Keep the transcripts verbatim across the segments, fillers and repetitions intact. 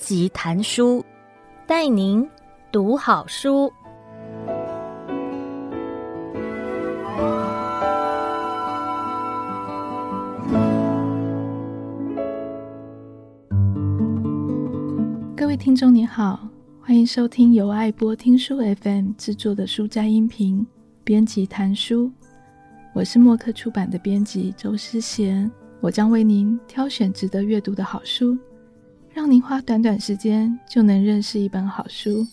辑谈书，带您读好书。 各位听众你好，欢迎收听由爱播听书 F M 制作的书斋音频编辑谈书，我是默克出版的编辑周诗贤，我将为您挑选值得阅读的好书，让您花短短时间就能认识一本好书。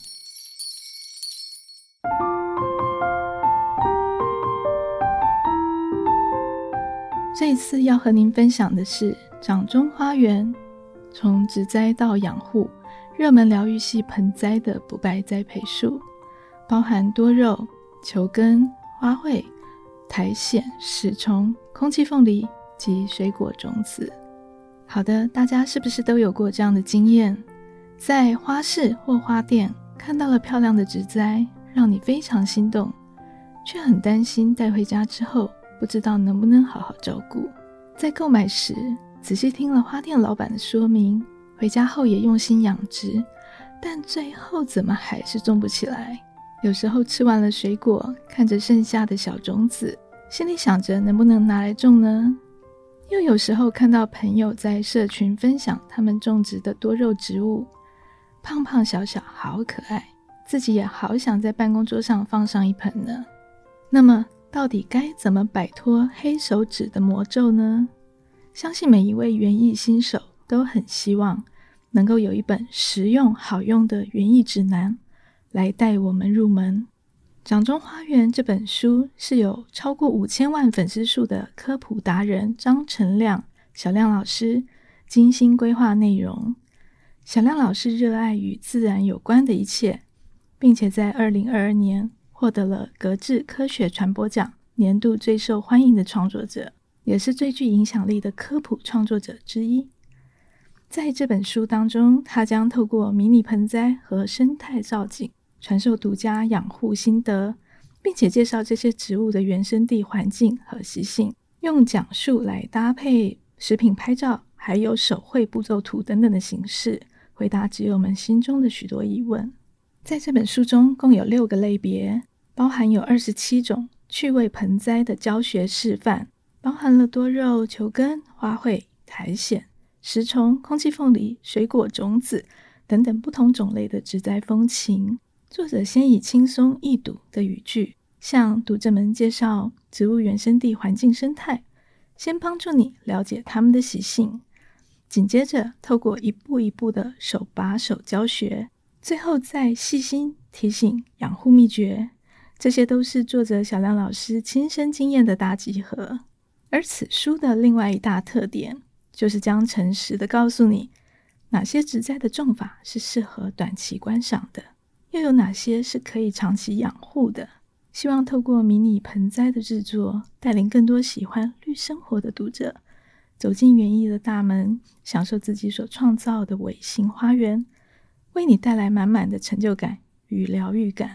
这一次要和您分享的是掌中花园，从植栽到养护，热门疗愈系盆栽的不败栽培术，包含多肉、球根、花卉、苔藓、食虫、空气凤梨及水果种子。好的，大家是不是都有过这样的经验？在花市或花店看到了漂亮的植栽，让你非常心动，却很担心带回家之后不知道能不能好好照顾。在购买时仔细听了花店老板的说明，回家后也用心养殖，但最后怎么还是种不起来？有时候吃完了水果，看着剩下的小种子，心里想着能不能拿来种呢？又有时候看到朋友在社群分享他们种植的多肉植物，胖胖小小好可爱，自己也好想在办公桌上放上一盆呢。那么到底该怎么摆脱黑手指的魔咒呢？相信每一位园艺新手都很希望能够有一本实用好用的园艺指南来带我们入门。掌中花园这本书是有超过五千万粉丝数的科普达人张成亮小亮老师精心规划内容。小亮老师热爱与自然有关的一切，并且在二零二二年获得了格致科学传播奖年度最受欢迎的创作者，也是最具影响力的科普创作者之一。在这本书当中，他将透过迷你盆栽和生态造景传授独家养护心得，并且介绍这些植物的原生地环境和习性，用讲述来搭配食品拍照还有手绘步骤图等等的形式，回答植友们心中的许多疑问。在这本书中共有六个类别，包含有二十七种趣味盆栽的教学示范，包含了多肉、球根、花卉、苔藓、食虫、空气凤梨、水果种子等等不同种类的植栽风情。作者先以轻松易读的语句向读者们介绍植物原生地环境生态，先帮助你了解它们的习性，紧接着透过一步一步的手把手教学，最后再细心提醒养护秘诀。这些都是作者小亮老师亲身经验的大集合。而此书的另外一大特点，就是将诚实的告诉你哪些植栽的种法是适合短期观赏的，又有哪些是可以长期养护的。希望透过迷你盆栽的制作，带领更多喜欢绿生活的读者走进园艺的大门，享受自己所创造的微型花园，为你带来满满的成就感与疗愈感。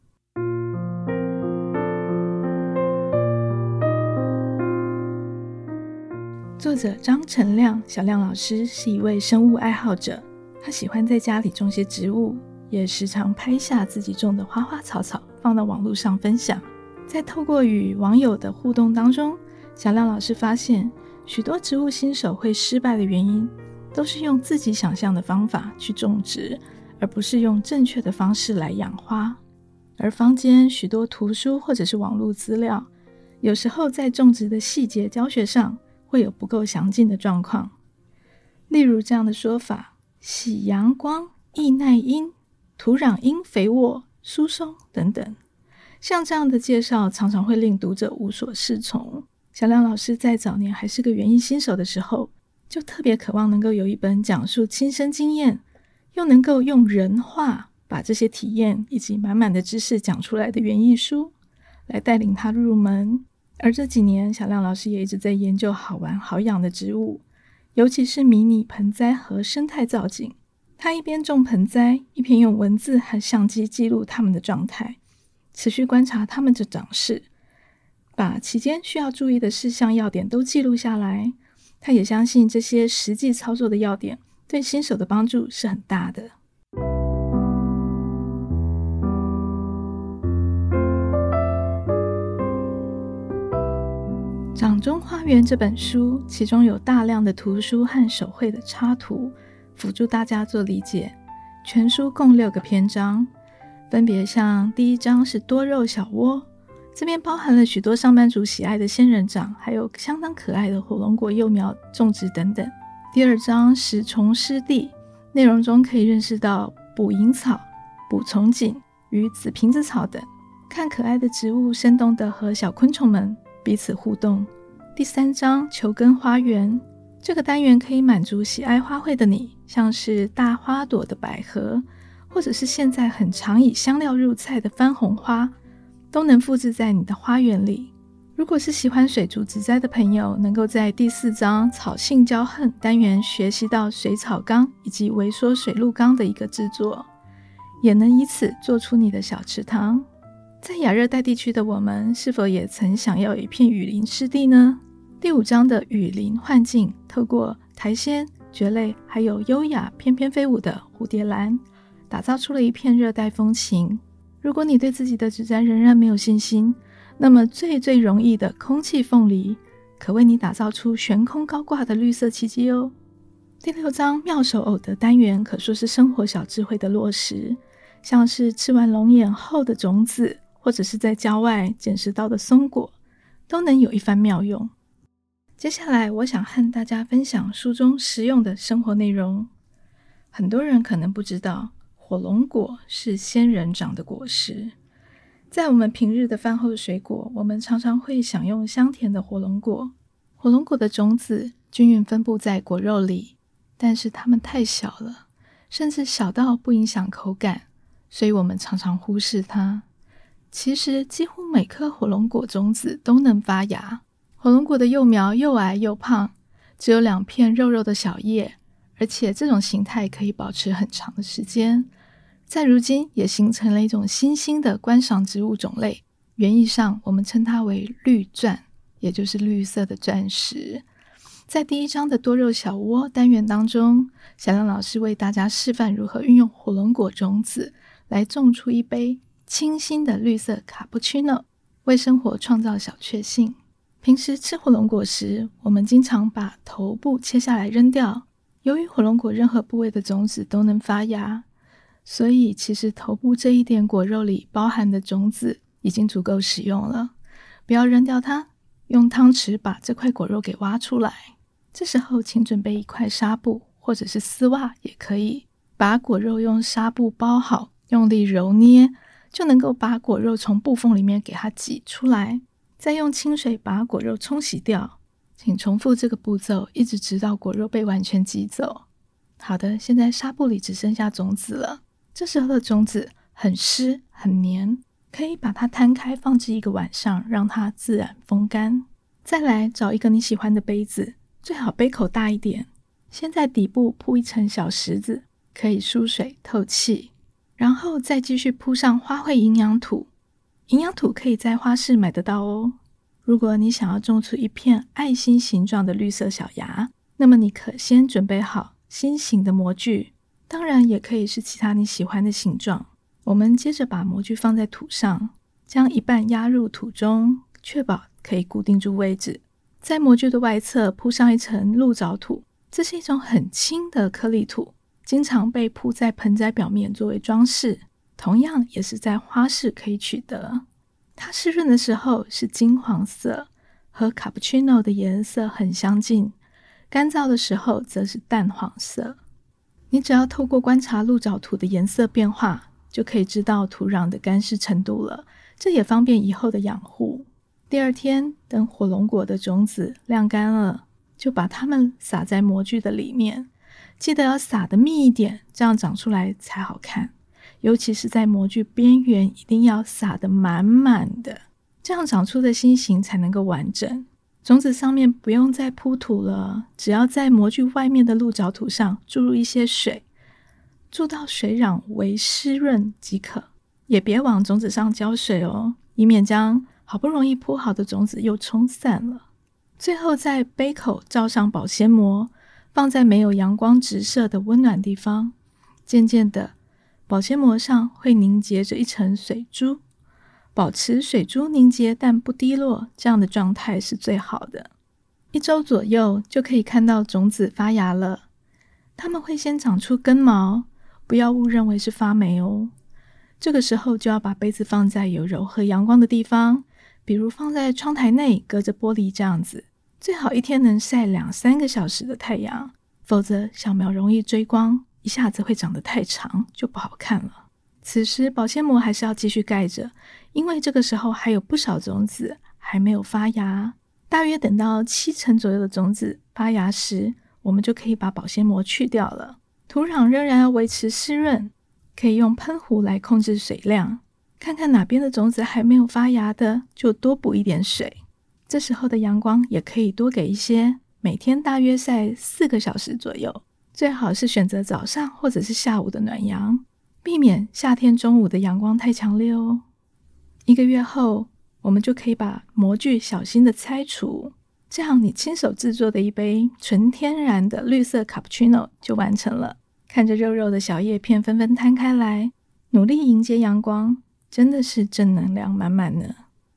作者张成亮小亮老师是一位生物爱好者，他喜欢在家里种些植物，也时常拍下自己种的花花草草放到网络上分享。在透过与网友的互动当中，小亮老师发现许多植物新手会失败的原因，都是用自己想象的方法去种植，而不是用正确的方式来养花。而坊间许多图书或者是网络资料，有时候在种植的细节教学上会有不够详尽的状况。例如这样的说法：喜阳光、易耐阴、土壤应肥沃、疏松等等。像这样的介绍常常会令读者无所适从。小亮老师在早年还是个园艺新手的时候，就特别渴望能够有一本讲述亲身经验，又能够用人话把这些体验以及满满的知识讲出来的园艺书，来带领他入门。而这几年，小亮老师也一直在研究好玩好养的植物，尤其是迷你盆栽和生态造景。他一边种盆栽，一边用文字和相机记录它们的状态，持续观察它们的长势，把期间需要注意的事项要点都记录下来。他也相信这些实际操作的要点对新手的帮助是很大的。掌中花园这本书，其中有大量的图书和手绘的插图，辅助大家做理解。全书共六个篇章，分别像第一章是多肉小窝，这边包含了许多上班族喜爱的仙人掌，还有相当可爱的火龙果幼苗种植等等。第二章是虫湿地，内容中可以认识到捕蝇草、捕虫锦与紫瓶子草等，看可爱的植物生动地和小昆虫们彼此互动。第三章球根花园，这个单元可以满足喜爱花卉的你，像是大花朵的百合，或者是现在很常以香料入菜的番红花，都能复制在你的花园里。如果是喜欢水族植栽的朋友，能够在第四章草性交恨单元学习到水草缸以及微缩水陆缸的一个制作，也能以此做出你的小池塘。在亚热带地区的我们，是否也曾想要有一片雨林湿地呢？第五章的雨林幻境，透过苔藓、蕨类还有优雅翩翩飞舞的蝴蝶兰，打造出了一片热带风情。如果你对自己的植栽仍然没有信心，那么最最容易的空气凤梨可为你打造出悬空高挂的绿色奇迹哦。第六章妙手偶得单元可说是生活小智慧的落实，像是吃完龙眼后的种子，或者是在郊外捡拾到的松果，都能有一番妙用。接下来我想和大家分享书中实用的生活内容。很多人可能不知道，火龙果是仙人掌的果实。在我们平日的饭后水果，我们常常会享用香甜的火龙果。火龙果的种子均匀分布在果肉里，但是它们太小了，甚至小到不影响口感，所以我们常常忽视它。其实几乎每颗火龙果种子都能发芽。火龙果的幼苗又矮又胖，只有两片肉肉的小叶，而且这种形态可以保持很长的时间。在如今也形成了一种新兴的观赏植物种类，园艺上我们称它为绿钻，也就是绿色的钻石。在第一章的多肉小窝单元当中，小亮老师为大家示范如何运用火龙果种子来种出一杯清新的绿色卡布奇诺，为生活创造小确幸。平时吃火龙果时，我们经常把头部切下来扔掉。由于火龙果任何部位的种子都能发芽，所以其实头部这一点果肉里包含的种子已经足够使用了。不要扔掉它，用汤匙把这块果肉给挖出来。这时候请准备一块纱布或者是丝袜也可以，把果肉用纱布包好，用力揉捏，就能够把果肉从布缝里面给它挤出来，再用清水把果肉冲洗掉。请重复这个步骤，一直直到果肉被完全挤走。好的，现在纱布里只剩下种子了。这时候的种子很湿很黏，可以把它摊开放置一个晚上，让它自然风干。再来找一个你喜欢的杯子，最好杯口大一点，先在底部铺一层小石子，可以疏水透气，然后再继续铺上花卉营养土。营养土可以在花市买得到哦。如果你想要种出一片爱心形状的绿色小芽，那么你可先准备好心形的模具，当然也可以是其他你喜欢的形状。我们接着把模具放在土上，将一半压入土中，确保可以固定住位置。在模具的外侧铺上一层鹿藻土，这是一种很轻的颗粒土，经常被铺在盆栽表面作为装饰，同样也是在花市可以取得。它湿润的时候是金黄色，和卡布奇诺的颜色很相近，干燥的时候则是淡黄色。你只要透过观察鹿藻土的颜色变化，就可以知道土壤的干湿程度了，这也方便以后的养护。第二天，等火龙果的种子晾干了，就把它们撒在模具的里面，记得要撒得密一点，这样长出来才好看。尤其是在模具边缘一定要撒得满满的，这样长出的心形才能够完整。种子上面不用再铺土了，只要在模具外面的鹿藻土上注入一些水，注到水壤为湿润即可。也别往种子上浇水哦，以免将好不容易铺好的种子又冲散了。最后在杯口罩上保鲜膜， 放在没有阳光直射的温暖地方，渐渐的，保鲜膜上会凝结着一层水珠，保持水珠凝结但不滴落，这样的状态是最好的。一周左右就可以看到种子发芽了，它们会先长出根毛，不要误认为是发霉哦。这个时候就要把杯子放在有柔和阳光的地方，比如放在窗台内，隔着玻璃这样子，最好一天能晒两三个小时的太阳，否则小苗容易追光，一下子会长得太长，就不好看了。此时保鲜膜还是要继续盖着，因为这个时候还有不少种子还没有发芽，大约等到七成左右的种子发芽时，我们就可以把保鲜膜去掉了。土壤仍然要维持湿润，可以用喷壶来控制水量，看看哪边的种子还没有发芽的，就多补一点水。这时候的阳光也可以多给一些，每天大约晒四个小时左右，最好是选择早上或者是下午的暖阳，避免夏天中午的阳光太强烈哦。一个月后，我们就可以把模具小心的拆除，这样你亲手制作的一杯纯天然的绿色卡布奇诺就完成了。看着肉肉的小叶片纷纷摊开来，努力迎接阳光，真的是正能量满满呢。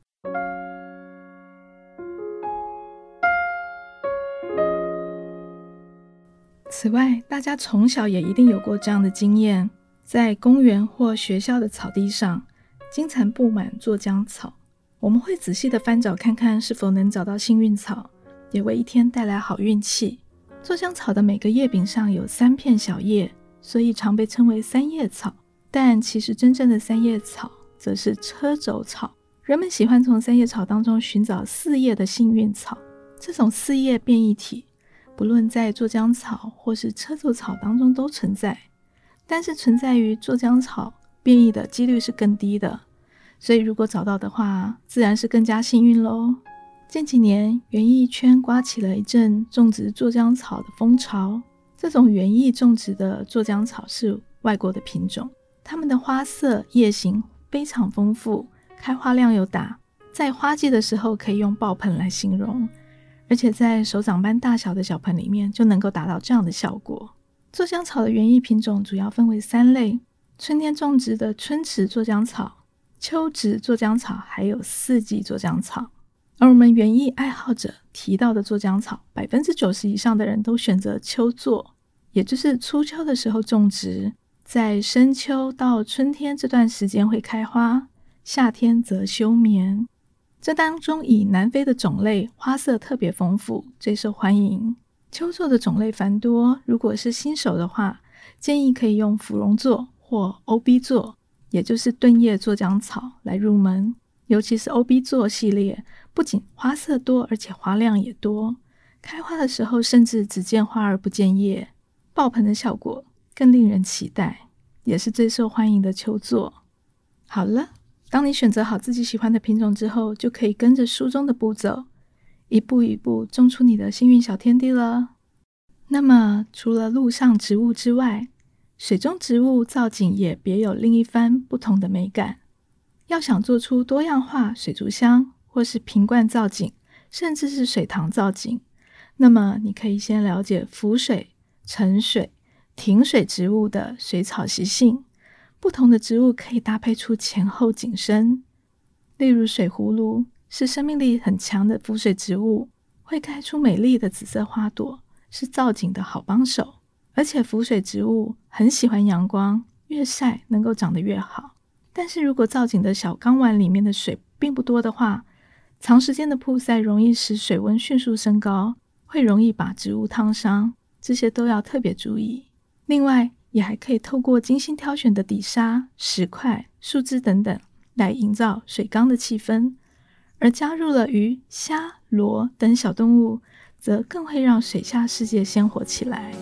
此外，大家从小也一定有过这样的经验，在公园或学校的草地上经常布满酢浆草，我们会仔细的翻找看看是否能找到幸运草，也为一天带来好运气。酢浆草的每个叶柄上有三片小叶，所以常被称为三叶草，但其实真正的三叶草则是车轴草。人们喜欢从三叶草当中寻找四叶的幸运草，这种四叶变异体不论在酢浆草或是车轴草当中都存在，但是存在于酢浆草变异的几率是更低的，所以如果找到的话，自然是更加幸运咯。近几年，园艺圈刮起了一阵种植酢浆草的风潮。这种园艺种植的酢浆草是外国的品种，它们的花色、叶形非常丰富，开花量又大，在花季的时候可以用爆盆来形容，而且在手掌般大小的小盆里面就能够达到这样的效果。酢浆草的园艺品种主要分为三类：春天种植的春池酢浆草、秋植酢浆草，还有四季酢浆草。而我们园艺爱好者提到的酢浆草， 百分之九十 以上的人都选择秋作，也就是初秋的时候种植，在深秋到春天这段时间会开花，夏天则休眠。这当中以南非的种类花色特别丰富，最受欢迎。秋作的种类繁多，如果是新手的话，建议可以用芙蓉座或 O B 座，也就是钝叶酢浆草来入门。尤其是 O B 座系列，不仅花色多，而且花量也多，开花的时候甚至只见花而不见叶，爆盆的效果更令人期待，也是最受欢迎的秋作。好了，当你选择好自己喜欢的品种之后，就可以跟着书中的步骤，一步一步种出你的幸运小天地了。那么除了陆上植物之外，水中植物造景也别有另一番不同的美感。要想做出多样化水族箱或是瓶罐造景，甚至是水塘造景，那么你可以先了解浮水、沉水、停水植物的水草习性。不同的植物可以搭配出前后景深。例如水葫芦是生命力很强的浮水植物，会开出美丽的紫色花朵，是造景的好帮手。而且浮水植物很喜欢阳光，越晒能够长得越好。但是如果造景的小缸碗里面的水并不多的话，长时间的曝晒容易使水温迅速升高，会容易把植物烫伤，这些都要特别注意。另外也还可以透过精心挑选的底沙、石块、树枝等等来营造水缸的气氛，而加入了鱼、虾、螺等小动物，则更会让水下世界鲜活起来。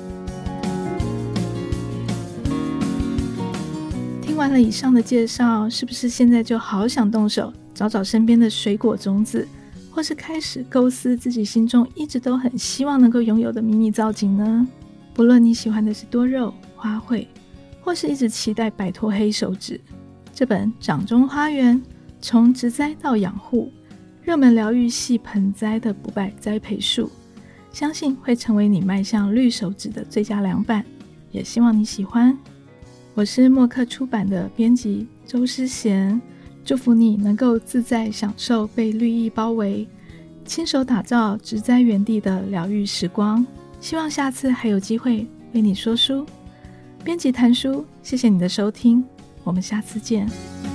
听完了以上的介绍，是不是现在就好想动手找找身边的水果种子，或是开始构思自己心中一直都很希望能够拥有的迷你造景呢？不论你喜欢的是多肉、花卉，或是一直期待摆脱黑手指，这本《掌中花园：从植栽到养护，热门疗愈系盆栽的不败栽培术》 相信会成为你迈向绿手指的最佳良伴，也希望你喜欢。我是默克出版的编辑周诗贤，祝福你能够自在享受被绿意包围，亲手打造植栽园地的疗愈时光。希望下次还有机会为你说书。编辑谈书，谢谢你的收听，我们下次见。